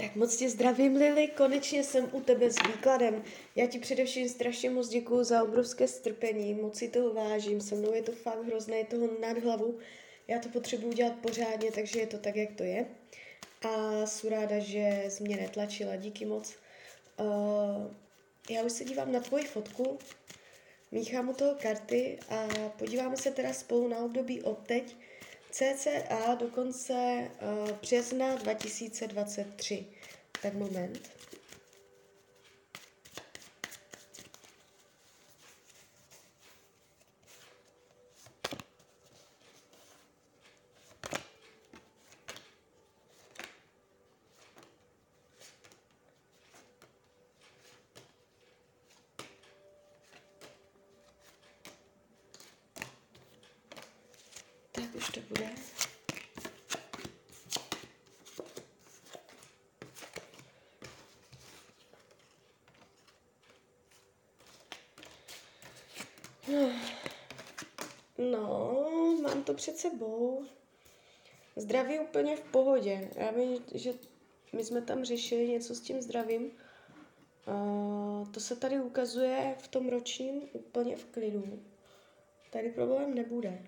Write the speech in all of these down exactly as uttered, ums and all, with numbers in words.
Tak moc tě zdravím, Lili, konečně jsem u tebe s výkladem. Já ti především strašně moc děkuju za obrovské strpení, moc si toho vážím, se mnou je to fakt hrozné, je toho nad hlavu. Já to potřebuji dělat pořádně, takže je to tak, jak to je. A jsem ráda, že jsi mě netlačila, díky moc. Uh, já už se dívám na tvoji fotku, míchám u toho karty a podíváme se teda spolu na období od teď, cca do konce uh, března dva tisíce dvacet tři. Tak moment. Tak už to bude. No, mám to před sebou. Zdraví úplně v pohodě. Já vím, že my jsme tam řešili něco s tím zdravím. Uh, to se tady ukazuje v tom ročním úplně v klidu. Tady problém nebude.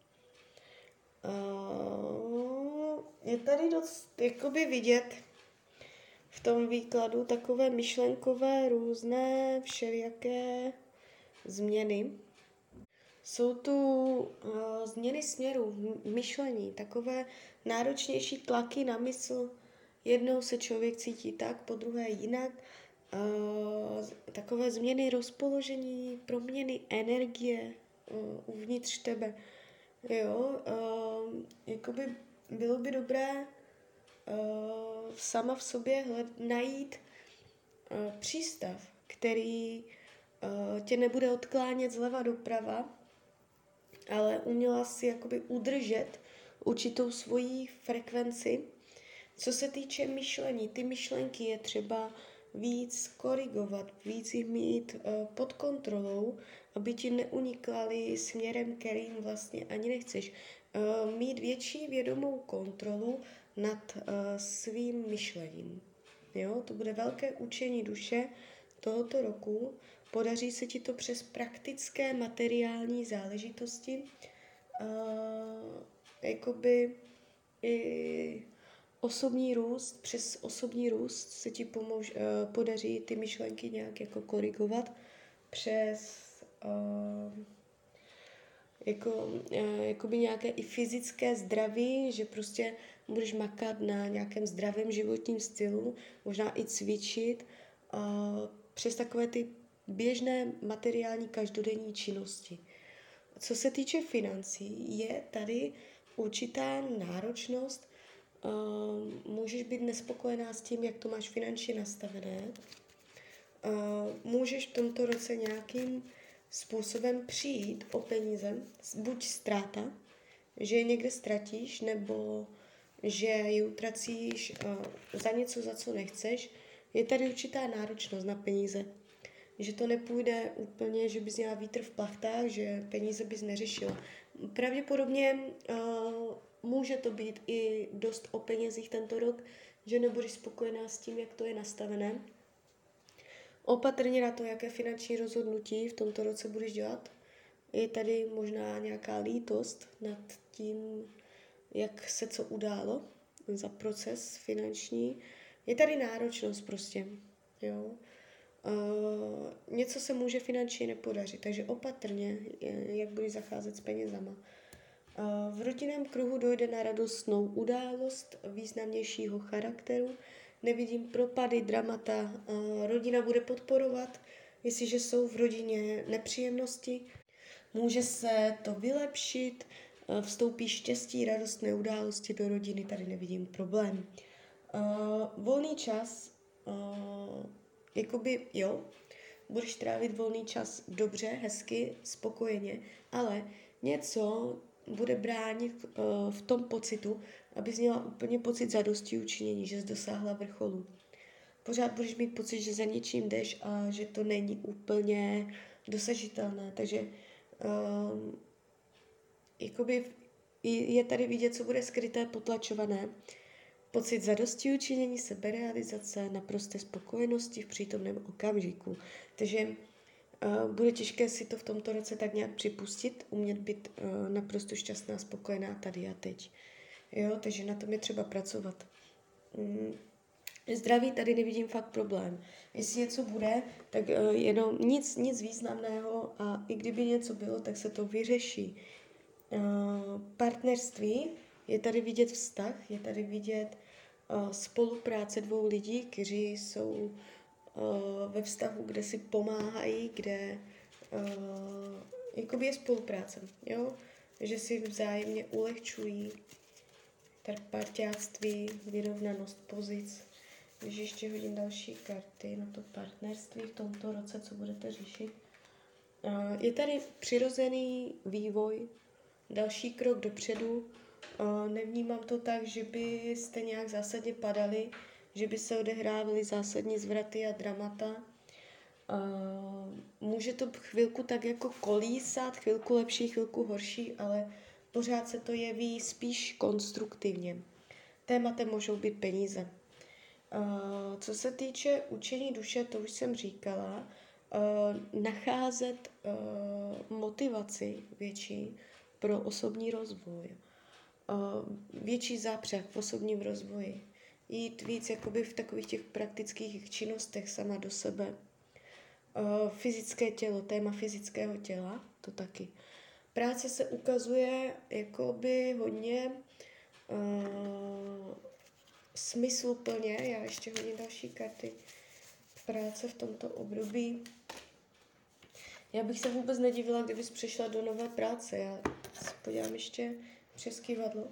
Uh, je tady dost jakoby vidět v tom výkladu takové myšlenkové různé všelijaké změny. Jsou tu uh, změny směru, myšlení, takové náročnější tlaky na mysl. Jednou se člověk cítí tak, po druhé jinak. Uh, takové změny rozpoložení, proměny energie uh, uvnitř tebe. Jo, uh, jakoby bylo by dobré uh, sama v sobě hled, najít uh, přístav, který uh, tě nebude odklánět zleva doprava, ale uměla si jakoby udržet určitou svoji frekvenci. Co se týče myšlení, ty myšlenky je třeba víc korigovat, víc jich mít uh, pod kontrolou, aby ti neunikaly směrem, kterým vlastně ani nechceš. Uh, mít větší vědomou kontrolu nad uh, svým myšlením. Jo? To bude velké učení duše tohoto roku. Podaří se ti to přes praktické materiální záležitosti. Uh, jakoby i osobní růst, přes osobní růst se ti pomož, uh, podaří ty myšlenky nějak jako korigovat přes uh, jako, uh, jakoby nějaké i fyzické zdraví, že prostě budeš makat na nějakém zdravém životním stylu, možná i cvičit uh, přes takové ty běžné materiální každodenní činnosti. Co se týče financí, je tady určitá náročnost. Uh, můžeš být nespokojená s tím, jak to máš finančně nastavené. Uh, můžeš v tomto roce nějakým způsobem přijít o peníze, buď ztráta, že je někde ztratíš, nebo že ji utracíš uh, za něco, za co nechceš. Je tady určitá náročnost na peníze. Že to nepůjde úplně, že bys měla vítr v plachtách, že peníze bys neřešila. Pravděpodobně uh, může to být i dost o penězích tento rok, že nebudeš spokojená s tím, jak to je nastavené. Opatrně na to, jaké finanční rozhodnutí v tomto roce budeš dělat. Je tady možná nějaká lítost nad tím, jak se co událo za proces finanční. Je tady náročnost prostě, jo. Uh, něco se může finančně nepodařit, takže opatrně, jak budeš zacházet s penězama. Uh, v rodinném kruhu dojde na radostnou událost významnějšího charakteru. Nevidím propady, dramata. Uh, rodina bude podporovat, jestliže jsou v rodině nepříjemnosti. Může se to vylepšit, uh, vstoupí štěstí, radostné události do rodiny, tady nevidím problém. Uh, volný čas, uh, jakoby jo, budeš trávit volný čas dobře, hezky, spokojeně, ale něco bude bránit uh, v tom pocitu, abys měla úplně pocit zadosti učinění, že jsi dosáhla vrcholu. Pořád budeš mít pocit, že za něčím jdeš a že to není úplně dosažitelné, takže uh, jakoby je tady vidět, co bude skryté, potlačované pocit zadostiučinění, seberealizace, naprosté spokojenosti v přítomném okamžiku. Takže uh, bude těžké si to v tomto roce tak nějak připustit, umět být uh, naprosto šťastná, spokojená tady a teď. Jo, takže na tom je třeba pracovat. Mm. Zdraví tady nevidím fakt problém. Jestli něco bude, tak uh, jenom nic, nic významného a i kdyby něco bylo, tak se to vyřeší. Uh, partnerství, je tady vidět vztah, je tady vidět uh, spolupráce dvou lidí, kteří jsou uh, ve vztahu, kde si pomáhají, kde uh, jakoby je spolupráce, jo? Že si vzájemně ulehčují tak parťáctví, vyrovnanost pozic. Když ještě hodím další karty na to partnerství v tomto roce, co budete řešit. Uh, je tady přirozený vývoj, další krok dopředu. Uh, nevnímám to tak, že byste nějak zásadně padali, že by se odehrávaly zásadní zvraty a dramata. Uh, může to chvilku tak jako kolísat, chvilku lepší, chvilku horší, ale pořád se to jeví spíš konstruktivně. Tématem můžou být peníze. Uh, co se týče učení duše, to už jsem říkala, uh, nacházet uh, motivaci větší pro osobní rozvoj, uh, větší zápřah v osobním rozvoji, jít víc jakoby v takových těch praktických činnostech sama do sebe. Uh, fyzické tělo, téma fyzického těla, to taky. Práce se ukazuje jakoby hodně uh, smysluplně. Já ještě hodím další karty. Práce v tomto období. Já bych se vůbec nedivila, kdybys přišla do nové práce. Já se podívám ještě přes kyvadlo.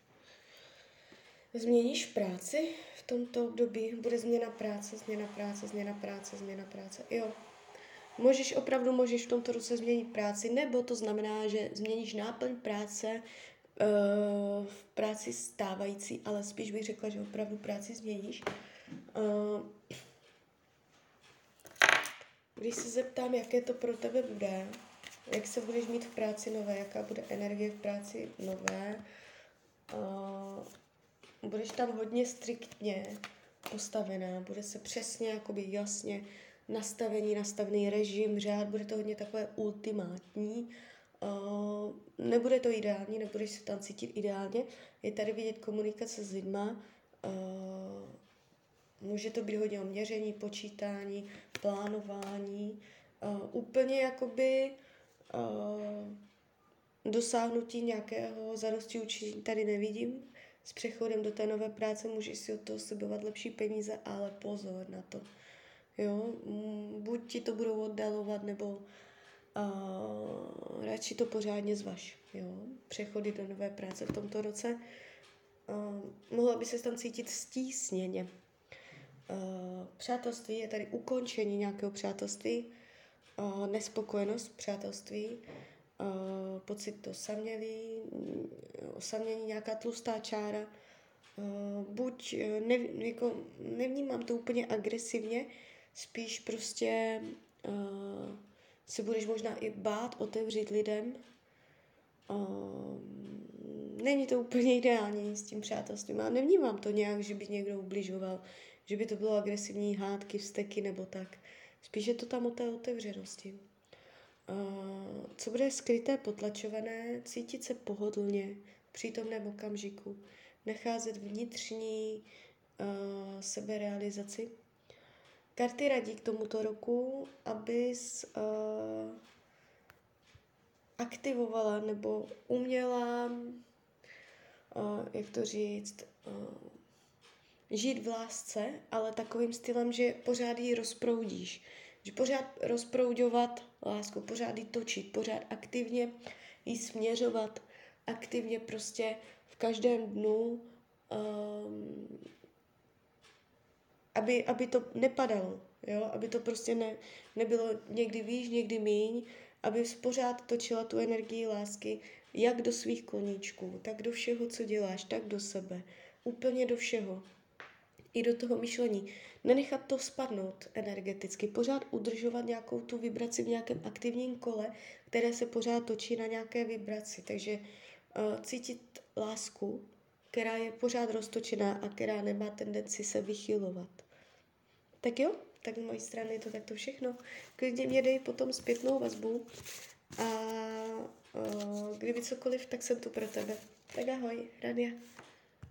Změníš práci v tomto období? Bude změna práce, změna práce, změna práce, změna práce. Jo. Můžeš, opravdu můžeš v tomto roce změnit práci, nebo to znamená, že změníš náplň práce uh, v práci stávající, ale spíš bych řekla, že opravdu práci změníš. Uh, když se zeptám, jaké to pro tebe bude, jak se budeš mít v práci nové, jaká bude energie v práci nové, uh, budeš tam hodně striktně postavená, bude se přesně, jakoby jasně nastavení, nastavený režim, řád, bude to hodně takové ultimátní. Uh, nebude to ideální, nebudeš se tam cítit ideálně. Je tady vidět komunikace s lidma. Uh, může to být hodně o měření, počítání, plánování. Uh, úplně jakoby uh, dosáhnutí nějakého zadostiučinění tady nevidím. S přechodem do té nové práce můžeš si od toho slibovat lepší peníze, ale pozor na to. Jo, buď ti to budou oddalovat, nebo uh, radši to pořádně zvaž. Jo, přechody do nové práce v tomto roce. Uh, mohla by se tam cítit stísněně. Uh, přátelství, je tady ukončení nějakého přátelství, uh, nespokojenost v přátelství, uh, pocit osamělí, osamění, nějaká tlustá čára. Uh, buď ne, jako, nevnímám to úplně agresivně, spíš prostě uh, se budeš možná i bát otevřít lidem. Uh, není to úplně ideální s tím přátelstvím, ale nevnímám to nějak, že by někdo ubližoval, že by to bylo agresivní hádky, vzteky nebo tak. Spíš je to tam o té otevřenosti. Uh, co bude skryté, potlačované, cítit se pohodlně v přítomném okamžiku, nacházet vnitřní uh, seberealizaci. Karty radí k tomuto roku, abys uh, aktivovala nebo uměla, uh, jak to říct, uh, žít v lásce, ale takovým stylem, že pořád ji rozproudíš. Že pořád rozproudovat lásku, pořád ji točit, pořád aktivně ji směřovat, aktivně prostě v každém dnu, um, aby, aby to nepadalo, jo? Aby to prostě ne, nebylo někdy výš, někdy míň, aby pořád točila tu energii lásky, jak do svých koníčků, tak do všeho, co děláš, tak do sebe, úplně do všeho. I do toho myšlení. Nenechat to spadnout energeticky, pořád udržovat nějakou tu vibraci v nějakém aktivním kole, které se pořád točí na nějaké vibraci. Takže uh, cítit lásku, která je pořád roztočená a která nemá tendenci se vychylovat. Tak jo, tak z mojí strany je to takto všechno. Klidně mě dej potom zpětnou vazbu a uh, kdyby cokoliv, tak jsem tu pro tebe. Tak ahoj, Rania.